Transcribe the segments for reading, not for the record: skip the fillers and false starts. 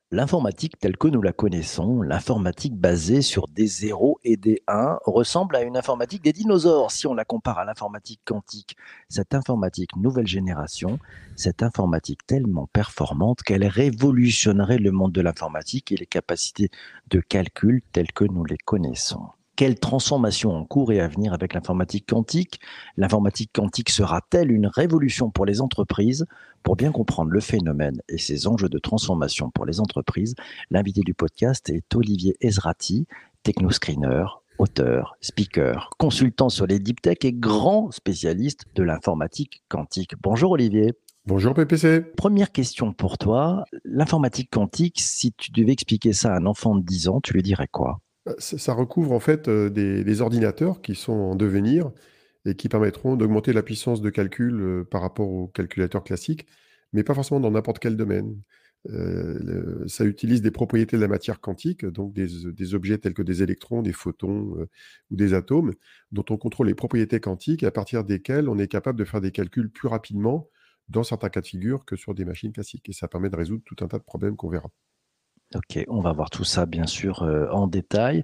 L'informatique telle que nous la connaissons, l'informatique basée sur des zéros et des 1, ressemble à une informatique des dinosaures si on la compare à l'informatique quantique. Cette informatique nouvelle génération, cette informatique tellement performante qu'elle révolutionnerait le monde de l'informatique et les capacités de calcul telles que nous les connaissons. Quelle transformation en cours et à venir avec l'informatique quantique? L'informatique quantique sera-t-elle une révolution pour les entreprises? Pour bien comprendre le phénomène et ses enjeux de transformation pour les entreprises, l'invité du podcast est Olivier Ezrati, technoscreener, auteur, speaker, consultant sur les deep tech et grand spécialiste de l'informatique quantique. Bonjour Olivier. Bonjour PPC. Première question pour toi. L'informatique quantique, si tu devais expliquer ça à un enfant de 10 ans, tu lui dirais quoi? Ça recouvre en fait des ordinateurs qui sont en devenir et qui permettront d'augmenter la puissance de calcul par rapport aux calculateurs classiques, mais pas forcément dans n'importe quel domaine. Ça utilise des propriétés de la matière quantique, donc des objets tels que des électrons, des photons ou des atomes, dont on contrôle les propriétés quantiques et à partir desquelles on est capable de faire des calculs plus rapidement dans certains cas de figure que sur des machines classiques. Et ça permet de résoudre tout un tas de problèmes qu'on verra. Ok, on va voir tout ça bien sûr en détail.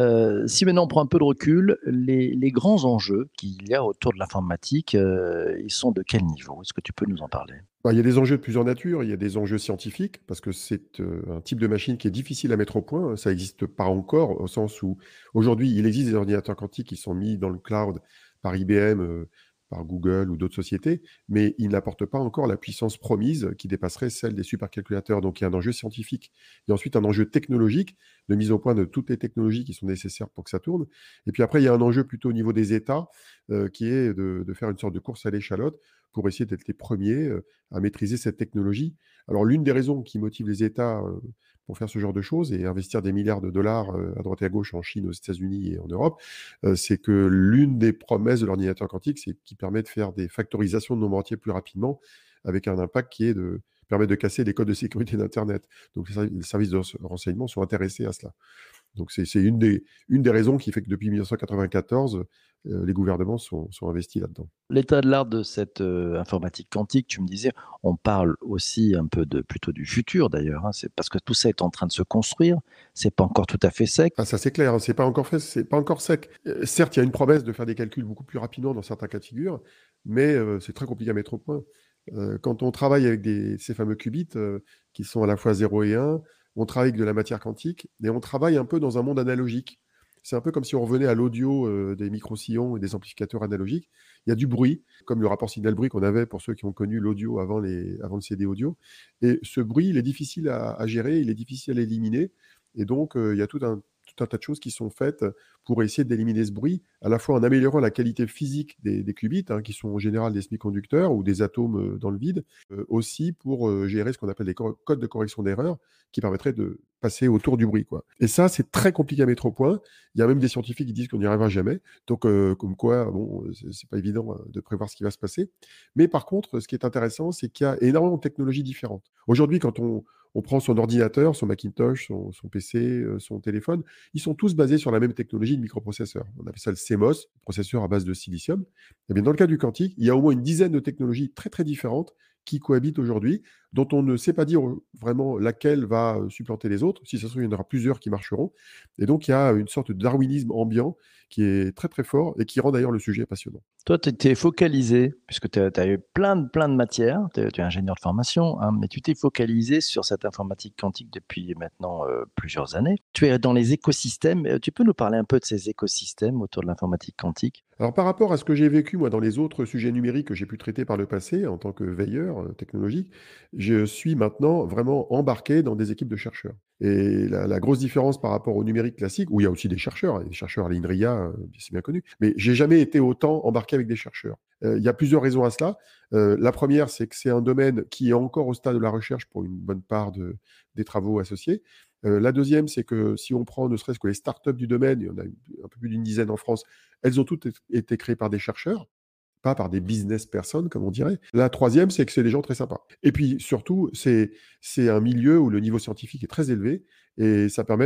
Si maintenant on prend un peu de recul, les grands enjeux qu'il y a autour de l'informatique, ils sont de quel niveau? Est-ce que tu peux nous en parler? Bah, il y a des enjeux de plusieurs natures. Il y a des enjeux scientifiques, parce que c'est un type de machine qui est difficile à mettre au point. Ça n'existe pas encore, au sens où aujourd'hui, il existe des ordinateurs quantiques qui sont mis dans le cloud par IBM, par Google ou d'autres sociétés, mais ils n'apportent pas encore la puissance promise qui dépasserait celle des supercalculateurs. Donc il y a un enjeu scientifique. Il y a ensuite un enjeu technologique, de mise au point de toutes les technologies qui sont nécessaires pour que ça tourne. Et puis après, il y a un enjeu plutôt au niveau des États, qui est de faire une sorte de course à l'échalote pour essayer d'être les premiers à maîtriser cette technologie. Alors, l'une des raisons qui motive les États pour faire ce genre de choses et investir des milliards de dollars à droite et à gauche en Chine, aux États-Unis et en Europe, c'est que l'une des promesses de l'ordinateur quantique, c'est qu'il permet de faire des factorisations de nombres entiers plus rapidement, avec un impact qui est de permettre de casser les codes de sécurité d'Internet. Donc, les services de renseignement sont intéressés à cela. Donc, c'est une des raisons qui fait que depuis 1994, les gouvernements sont investis là-dedans. L'état de l'art de cette informatique quantique, tu me disais, on parle aussi un peu de plutôt du futur d'ailleurs, hein, c'est parce que tout ça est en train de se construire, c'est pas encore tout à fait sec. Ah, ça c'est clair, hein, c'est pas encore fait, c'est pas encore sec. Certes, il y a une promesse de faire des calculs beaucoup plus rapidement dans certains cas de figure, mais c'est très compliqué à mettre au point. Quand on travaille avec ces fameux qubits qui sont à la fois 0 et 1, on travaille avec de la matière quantique et on travaille un peu dans un monde analogique. C'est un peu comme si on revenait à l'audio des micro-sillons et des amplificateurs analogiques. Il y a du bruit, comme le rapport signal-bruit qu'on avait pour ceux qui ont connu l'audio avant le CD audio. Et ce bruit, il est difficile à gérer, il est difficile à éliminer. Et donc, il y a tout un tas de choses qui sont faites pour essayer d'éliminer ce bruit, à la fois en améliorant la qualité physique des qubits, hein, qui sont en général des semi-conducteurs ou des atomes dans le vide, aussi pour gérer ce qu'on appelle des codes de correction d'erreur, qui permettraient de passer autour du bruit, quoi. Et ça, c'est très compliqué à mettre au point. Il y a même des scientifiques qui disent qu'on n'y arrivera jamais. Donc, comme quoi, bon, c'est pas évident de prévoir ce qui va se passer. Mais par contre, ce qui est intéressant, c'est qu'il y a énormément de technologies différentes. Aujourd'hui, quand on prend son ordinateur, son Macintosh, son PC, son téléphone, ils sont tous basés sur la même technologie de microprocesseur. On appelle ça le CMOS, processeur à base de silicium. Et bien, dans le cas du quantique, il y a au moins une dizaine de technologies très très différentes qui cohabitent aujourd'hui, dont on ne sait pas dire vraiment laquelle va supplanter les autres. Si ça se trouve, il y en aura plusieurs qui marcheront. Et donc, il y a une sorte de darwinisme ambiant qui est très très fort et qui rend d'ailleurs le sujet passionnant. Toi, tu étais focalisé, puisque tu as eu plein de matières, tu es ingénieur de formation, hein, mais tu t'es focalisé sur cette informatique quantique depuis maintenant plusieurs années. Tu es dans les écosystèmes, tu peux nous parler un peu de ces écosystèmes autour de l'informatique quantique? Alors par rapport à ce que j'ai vécu moi dans les autres sujets numériques que j'ai pu traiter par le passé en tant que veilleur technologique, je suis maintenant vraiment embarqué dans des équipes de chercheurs. Et la grosse différence par rapport au numérique classique, où il y a aussi des chercheurs à l'INRIA, c'est bien connu, mais j'ai jamais été autant embarqué avec des chercheurs. Il y a plusieurs raisons à cela. La première, c'est que c'est un domaine qui est encore au stade de la recherche pour une bonne part des travaux associés. La deuxième, c'est que si on prend ne serait-ce que les startups du domaine, il y en a un peu plus d'une dizaine en France, elles ont toutes été créées par des chercheurs, pas par des business personnes, comme on dirait. La troisième, c'est que c'est des gens très sympas. Et puis surtout, c'est un milieu où le niveau scientifique est très élevé et ça permet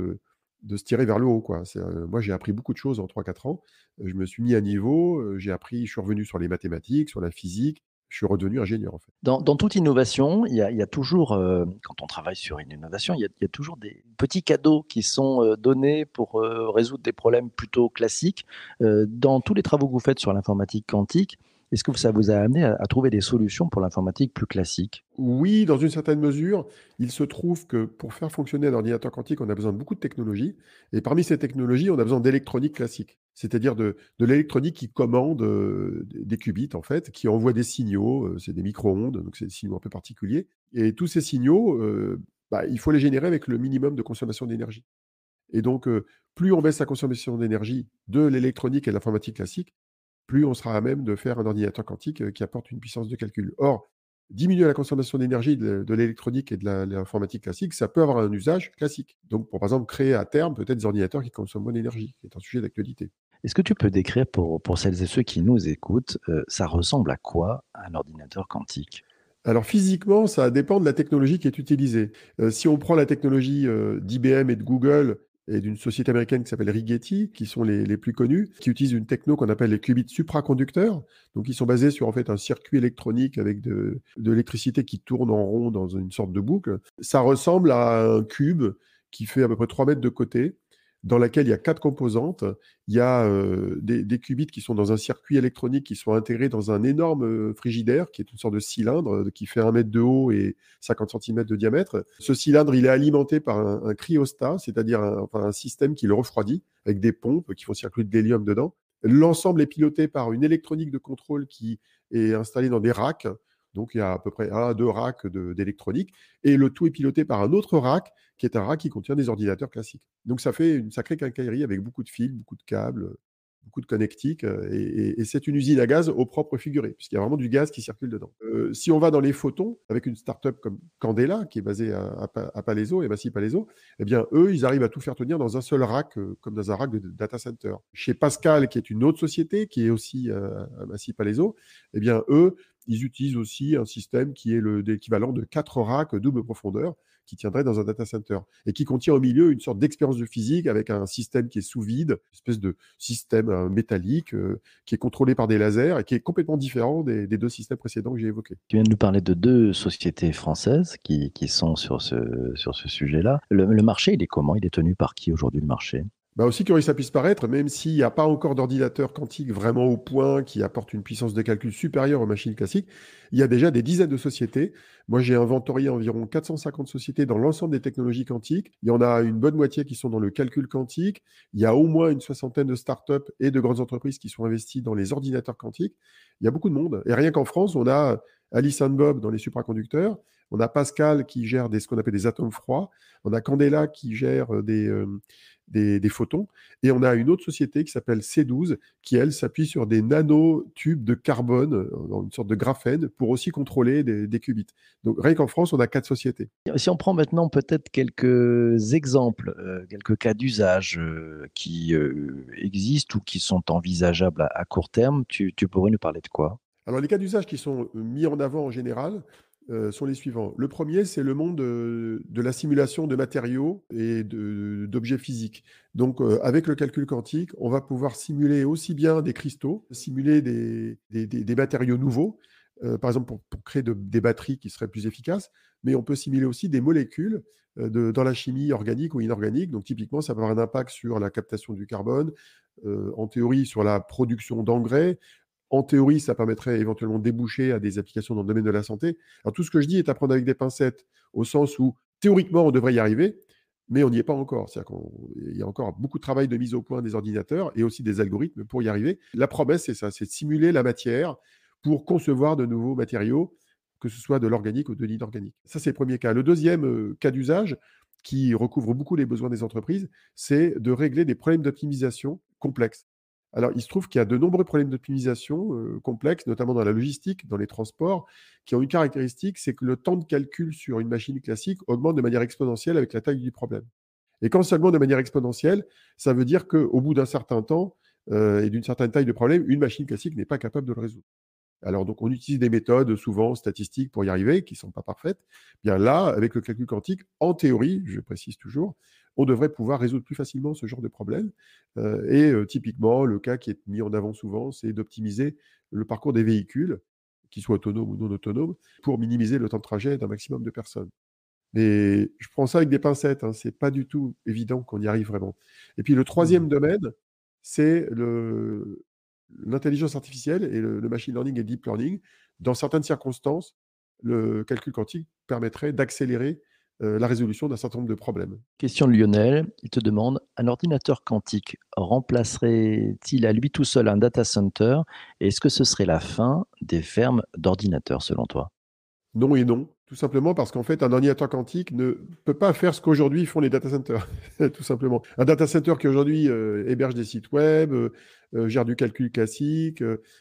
de se tirer vers le haut, quoi. Moi, j'ai appris beaucoup de choses en 3-4 ans. Je me suis mis à niveau, je suis revenu sur les mathématiques, sur la physique. je suis redevenu ingénieur, en fait. Dans toute innovation, il y a toujours, quand on travaille sur une innovation, il y a toujours des petits cadeaux qui sont, donnés pour, résoudre des problèmes plutôt classiques. Dans tous les travaux que vous faites sur l'informatique quantique, est-ce que ça vous a amené à trouver des solutions pour l'informatique plus classique? Oui, dans une certaine mesure, il se trouve que pour faire fonctionner un ordinateur quantique, on a besoin de beaucoup de technologies. Et parmi ces technologies, on a besoin d'électronique classique, c'est-à-dire de l'électronique qui commande des qubits, en fait, qui envoie des signaux, c'est des micro-ondes, donc c'est des signaux un peu particuliers. Et tous ces signaux, il faut les générer avec le minimum de consommation d'énergie. Et donc, plus on baisse la consommation d'énergie de l'électronique et de l'informatique classique, plus on sera à même de faire un ordinateur quantique qui apporte une puissance de calcul. Or, diminuer la consommation d'énergie de l'électronique et de l'informatique classique, ça peut avoir un usage classique. Donc, pour par exemple créer à terme peut-être des ordinateurs qui consomment moins d'énergie, qui est un sujet d'actualité. Est-ce que tu peux décrire pour celles et ceux qui nous écoutent, ça ressemble à quoi un ordinateur quantique? Alors physiquement, ça dépend de la technologie qui est utilisée. Si on prend la technologie, d'IBM et de Google et d'une société américaine qui s'appelle Rigetti, qui sont les plus connus, qui utilisent une techno qu'on appelle les qubits supraconducteurs. Donc ils sont basés sur en fait un circuit électronique avec de l'électricité qui tourne en rond dans une sorte de boucle. Ça ressemble à un cube qui fait à peu près 3 mètres de côté, dans laquelle il y a 4 composantes. Il y a des qubits qui sont dans un circuit électronique qui sont intégrés dans un énorme frigidaire qui est une sorte de cylindre qui fait 1 mètre de haut et 50 centimètres de diamètre. Ce cylindre, il est alimenté par un cryostat, c'est-à-dire un système qui le refroidit avec des pompes qui font circuler de l'hélium dedans. L'ensemble est piloté par une électronique de contrôle qui est installée dans des racks. Donc, il y a à peu près 1 à 2 racks d'électronique. Et le tout est piloté par un autre rack, qui est un rack qui contient des ordinateurs classiques. Donc, ça fait une sacrée quincaillerie avec beaucoup de fils, beaucoup de câbles, beaucoup de connectiques. Et c'est une usine à gaz au propre figuré, puisqu'il y a vraiment du gaz qui circule dedans. Si on va dans les photons, avec une start-up comme Candela, qui est basée à Palaiseau, et Massy Palaiseau, eh bien, eux, ils arrivent à tout faire tenir dans un seul rack, comme dans un rack de data center. Chez Pascal, qui est une autre société, qui est aussi à Massy Palaiseau, eh bien, eux, ils utilisent aussi un système qui est l'équivalent de 4 racks double profondeur qui tiendrait dans un data center et qui contient au milieu une sorte d'expérience de physique avec un système qui est sous vide, une espèce de système métallique qui est contrôlé par des lasers et qui est complètement différent des 2 systèmes précédents que j'ai évoqués. Tu viens de nous parler de 2 sociétés françaises qui sont sur ce sujet-là. Le marché, il est comment? Il est tenu par qui aujourd'hui, le marché? Bah aussi curieux que ça puisse paraître, même s'il n'y a pas encore d'ordinateur quantique vraiment au point qui apporte une puissance de calcul supérieure aux machines classiques, il y a déjà des dizaines de sociétés. Moi, j'ai inventorié environ 450 sociétés dans l'ensemble des technologies quantiques. Il y en a une bonne moitié qui sont dans le calcul quantique. Il y a au moins une soixantaine de startups et de grandes entreprises qui sont investies dans les ordinateurs quantiques. Il y a beaucoup de monde. Et rien qu'en France, on a Alice and Bob dans les supraconducteurs. On a Pascal qui gère ce qu'on appelle des atomes froids. On a Candela qui gère des photons. Et on a une autre société qui s'appelle C12, qui, elle, s'appuie sur des nanotubes de carbone, dans une sorte de graphène, pour aussi contrôler des qubits. Donc, rien qu'en France, on a 4 sociétés. Si on prend maintenant peut-être quelques exemples, quelques cas d'usage, qui, existent ou qui sont envisageables à court terme, tu pourrais nous parler de quoi? Alors, les cas d'usage qui sont mis en avant en général sont les suivants. Le premier, c'est le monde de la simulation de matériaux et d'objets physiques. Donc, avec le calcul quantique, on va pouvoir simuler aussi bien des cristaux, simuler des matériaux nouveaux, par exemple pour créer des batteries qui seraient plus efficaces, mais on peut simuler aussi des molécules dans la chimie organique ou inorganique. Donc, typiquement, ça peut avoir un impact sur la captation du carbone, en théorie sur la production d'engrais. En théorie, ça permettrait éventuellement de déboucher à des applications dans le domaine de la santé. Alors, tout ce que je dis est à prendre avec des pincettes, au sens où, théoriquement, on devrait y arriver, mais on n'y est pas encore. C'est-à-dire qu'il y a encore beaucoup de travail de mise au point des ordinateurs et aussi des algorithmes pour y arriver. La promesse, c'est ça, c'est de simuler la matière pour concevoir de nouveaux matériaux, que ce soit de l'organique ou de l'inorganique. Ça, c'est le premier cas. Le deuxième cas d'usage, qui recouvre beaucoup les besoins des entreprises, c'est de régler des problèmes d'optimisation complexes. Alors, il se trouve qu'il y a de nombreux problèmes d'optimisation complexes, notamment dans la logistique, dans les transports, qui ont une caractéristique, c'est que le temps de calcul sur une machine classique augmente de manière exponentielle avec la taille du problème. Et quand ça augmente de manière exponentielle, ça veut dire qu'au bout d'un certain temps et d'une certaine taille de problème, une machine classique n'est pas capable de le résoudre. Alors, donc, on utilise des méthodes souvent statistiques pour y arriver, qui ne sont pas parfaites. Bien là, avec le calcul quantique, en théorie, je précise toujours, on devrait pouvoir résoudre plus facilement ce genre de problème. Typiquement, le cas qui est mis en avant souvent, c'est d'optimiser le parcours des véhicules qu'ils soient autonomes ou non autonomes, pour minimiser le temps de trajet d'un maximum de personnes. Mais je prends ça avec des pincettes, hein, c'est pas du tout évident qu'on y arrive vraiment. Et puis le Mmh. troisième domaine, c'est l'intelligence artificielle et le machine learning et le deep learning. Dans certaines circonstances, le calcul quantique permettrait d'accélérer la résolution d'un certain nombre de problèmes. Question de Lionel, il te demande: «Un ordinateur quantique remplacerait-il à lui tout seul un data center? Et est-ce que ce serait la fin des fermes d'ordinateurs selon toi?» Non et non, tout simplement parce qu'en fait, un ordinateur quantique ne peut pas faire ce qu'aujourd'hui font les data centers, tout simplement. Un data center qui aujourd'hui héberge des sites web, gère du calcul classique,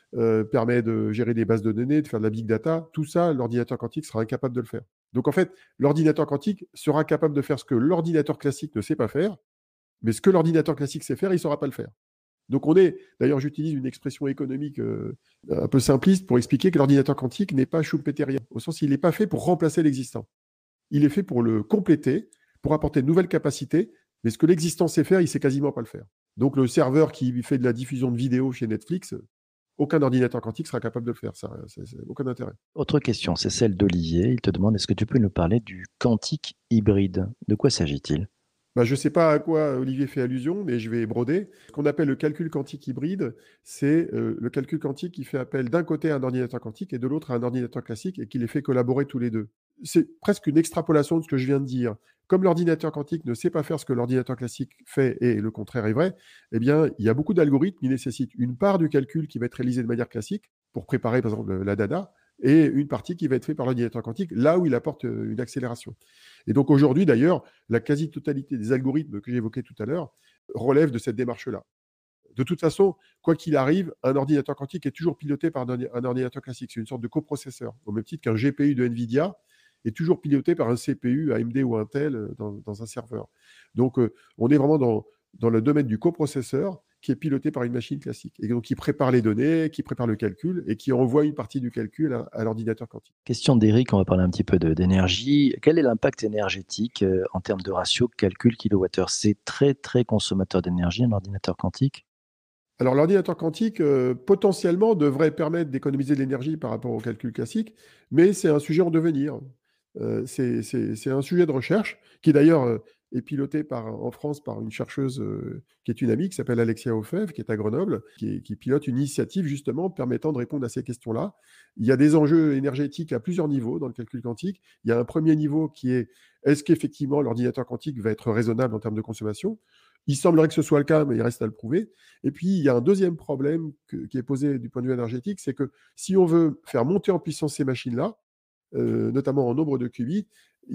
permet de gérer des bases de données, de faire de la big data, tout ça, l'ordinateur quantique sera incapable de le faire. Donc en fait, l'ordinateur quantique sera capable de faire ce que l'ordinateur classique ne sait pas faire, mais ce que l'ordinateur classique sait faire, il ne saura pas le faire. Donc d'ailleurs j'utilise une expression économique un peu simpliste pour expliquer que l'ordinateur quantique n'est pas schumpeterien, au sens où il n'est pas fait pour remplacer l'existant. Il est fait pour le compléter, pour apporter de nouvelles capacités, mais ce que l'existant sait faire, il ne sait quasiment pas le faire. Donc le serveur qui fait de la diffusion de vidéos chez Netflix, aucun ordinateur quantique sera capable de le faire, ça n'a aucun intérêt. Autre question, c'est celle d'Olivier. Il te demande: «Est-ce que tu peux nous parler du quantique hybride? De quoi s'agit-il?» Bah, je ne sais pas à quoi Olivier fait allusion, mais je vais broder. Ce qu'on appelle le calcul quantique hybride, c'est le calcul quantique qui fait appel d'un côté à un ordinateur quantique et de l'autre à un ordinateur classique et qui les fait collaborer tous les deux. C'est presque une extrapolation de ce que je viens de dire. Comme l'ordinateur quantique ne sait pas faire ce que l'ordinateur classique fait et le contraire est vrai, eh bien, il y a beaucoup d'algorithmes qui nécessitent une part du calcul qui va être réalisé de manière classique pour préparer, par exemple, la data, et une partie qui va être faite par l'ordinateur quantique, là où il apporte une accélération. Et donc aujourd'hui, d'ailleurs, la quasi-totalité des algorithmes que j'évoquais tout à l'heure relèvent de cette démarche-là. De toute façon, quoi qu'il arrive, un ordinateur quantique est toujours piloté par un ordinateur classique. C'est une sorte de coprocesseur, au même titre qu'un GPU de NVIDIA est toujours piloté par un CPU AMD ou Intel dans un serveur. Donc, on est vraiment dans le domaine du coprocesseur qui est piloté par une machine classique. Et donc, qui prépare les données, qui prépare le calcul et qui envoie une partie du calcul à l'ordinateur quantique. Question d'Éric, on va parler un petit peu d'énergie. Quel est l'impact énergétique, en termes de ratio calcul kilowattheure? C'est très, très consommateur d'énergie, un ordinateur quantique? Alors, l'ordinateur quantique, potentiellement, devrait permettre d'économiser de l'énergie par rapport au calcul classique, mais c'est un sujet en devenir. C'est un sujet de recherche qui, d'ailleurs, est piloté en France par une chercheuse qui est une amie, qui s'appelle Alexia Ofev, qui est à Grenoble, qui pilote une initiative, justement, permettant de répondre à ces questions-là. Il y a des enjeux énergétiques à plusieurs niveaux dans le calcul quantique. Il y a un premier niveau qui est: est-ce qu'effectivement l'ordinateur quantique va être raisonnable en termes de consommation? Il semblerait que ce soit le cas, mais il reste à le prouver. Et puis, il y a un deuxième problème qui est posé du point de vue énergétique, c'est que si on veut faire monter en puissance ces machines-là, notamment en nombre de qubits,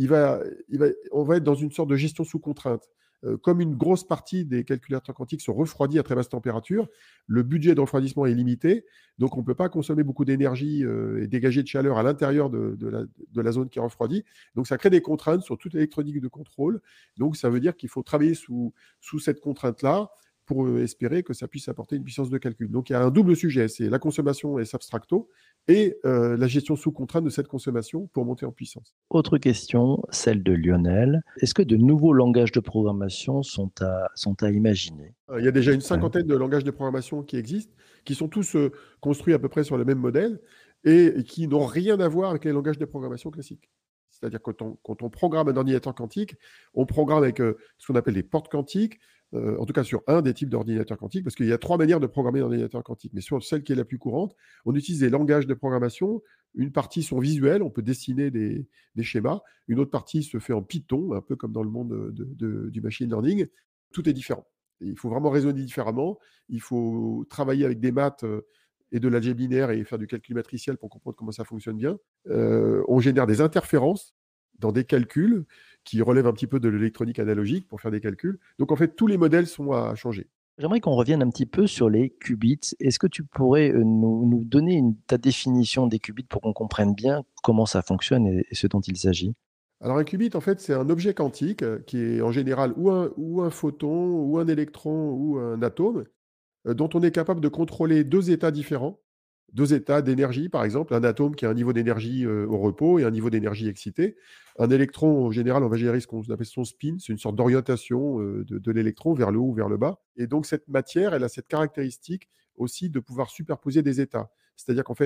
on va être dans une sorte de gestion sous contrainte. Comme une grosse partie des calculateurs quantiques sont refroidis à très basse température, le budget de refroidissement est limité, donc on ne peut pas consommer beaucoup d'énergie et dégager de chaleur à l'intérieur de la zone qui est refroidie. Donc ça crée des contraintes sur toute l'électronique de contrôle. Donc ça veut dire qu'il faut travailler sous cette contrainte-là pour espérer que ça puisse apporter une puissance de calcul. Donc il y a un double sujet, c'est la consommation et substracto, et la gestion sous contrainte de cette consommation pour monter en puissance. Autre question, celle de Lionel. Est-ce que de nouveaux langages de programmation sont à imaginer? Il y a déjà une Ouais. cinquantaine de langages de programmation qui existent, qui sont tous construits à peu près sur le même modèle et qui n'ont rien à voir avec les langages de programmation classiques. C'est-à-dire que quand on programme un ordinateur quantique, on programme avec ce qu'on appelle des portes quantiques, en tout cas sur un des types d'ordinateurs quantiques, parce qu'il y a trois manières de programmer un ordinateur quantique. Mais sur celle qui est la plus courante, on utilise des langages de programmation. Une partie sont visuels, on peut dessiner des schémas. Une autre partie se fait en Python, un peu comme dans le monde du machine learning. Tout est différent. Et il faut vraiment raisonner différemment. Il faut travailler avec des maths et de l'algèbre linéaire et faire du calcul matriciel pour comprendre comment ça fonctionne bien. On génère des interférences dans des calculs qui relèvent un petit peu de l'électronique analogique pour faire des calculs. Donc en fait, tous les modèles sont à changer. J'aimerais qu'on revienne un petit peu sur les qubits. Est-ce que tu pourrais, nous donner ta définition des qubits pour qu'on comprenne bien comment ça fonctionne et ce dont il s'agit? Alors un qubit, en fait, c'est un objet quantique qui est en général ou un photon, ou un électron, ou un atome, dont on est capable de contrôler deux états différents. Deux états d'énergie, par exemple, un atome qui a un niveau d'énergie au repos et un niveau d'énergie excité. Un électron, en général, on va gérer ce qu'on appelle son spin, c'est une sorte d'orientation de l'électron vers le haut ou vers le bas. Et donc, cette matière, elle a cette caractéristique aussi de pouvoir superposer des états. C'est-à-dire qu'en fait,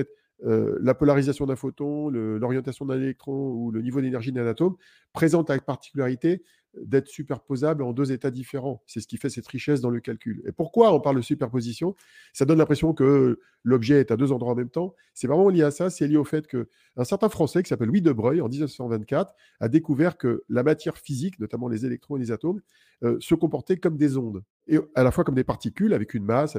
la polarisation d'un photon, l'orientation d'un électron ou le niveau d'énergie d'un atome présentent la particularité d'être superposables en deux états différents. C'est ce qui fait cette richesse dans le calcul. Et pourquoi on parle de superposition? Ça donne l'impression que l'objet est à deux endroits en même temps. C'est vraiment lié à ça. C'est lié au fait qu'un certain Français qui s'appelle Louis de Broglie, en 1924, a découvert que la matière physique, notamment les électrons et les atomes, se comportaient comme des ondes, et à la fois comme des particules avec une masse,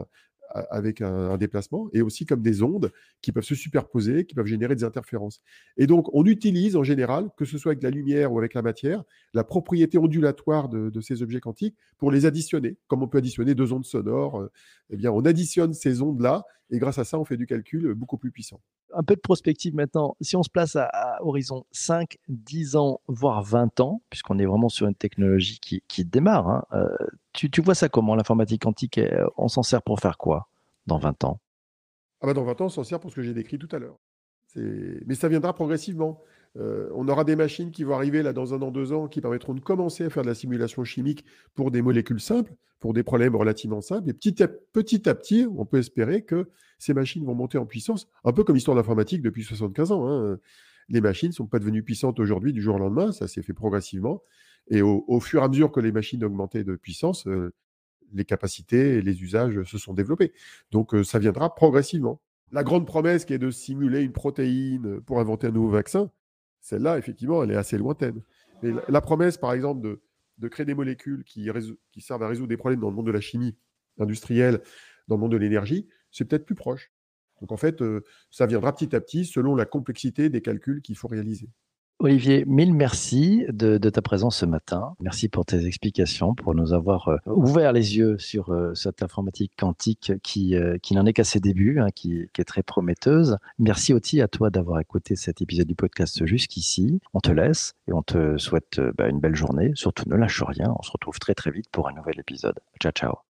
avec un déplacement, et aussi comme des ondes qui peuvent se superposer, qui peuvent générer des interférences. Et donc, on utilise en général, que ce soit avec la lumière ou avec la matière, la propriété ondulatoire de ces objets quantiques pour les additionner. Comme on peut additionner deux ondes sonores, eh bien, on additionne ces ondes-là, et grâce à ça, on fait du calcul beaucoup plus puissant. Un peu de prospective maintenant. Si on se place à horizon 5, 10 ans, voire 20 ans, puisqu'on est vraiment sur une technologie qui démarre, hein, tu vois ça comment, l'informatique quantique? On s'en sert pour faire quoi dans 20 ans? Ah bah dans 20 ans, on s'en sert pour ce que j'ai décrit tout à l'heure. Mais ça viendra progressivement. On aura des machines qui vont arriver là dans 1 an, 2 ans, qui permettront de commencer à faire de la simulation chimique pour des molécules simples, pour des problèmes relativement simples. Et petit à petit, on peut espérer que ces machines vont monter en puissance, un peu comme l'histoire de l'informatique depuis 75 ans, hein. Les machines ne sont pas devenues puissantes aujourd'hui du jour au lendemain, ça s'est fait progressivement. Et au fur et à mesure que les machines augmentaient de puissance, les capacités et les usages se sont développés. Donc ça viendra progressivement. La grande promesse qui est de simuler une protéine pour inventer un nouveau vaccin, celle-là, effectivement, elle est assez lointaine. Mais la promesse, par exemple, de créer des molécules qui servent à résoudre des problèmes dans le monde de la chimie industrielle, dans le monde de l'énergie, c'est peut-être plus proche. Donc en fait, ça viendra petit à petit selon la complexité des calculs qu'il faut réaliser. Olivier, mille merci de ta présence ce matin. Merci pour tes explications, pour nous avoir ouvert les yeux sur cette informatique quantique qui n'en est qu'à ses débuts, hein, qui est très prometteuse. Merci aussi à toi d'avoir écouté cet épisode du podcast jusqu'ici. On te laisse et on te souhaite une belle journée. Surtout ne lâche rien. On se retrouve très très vite pour un nouvel épisode. Ciao, ciao.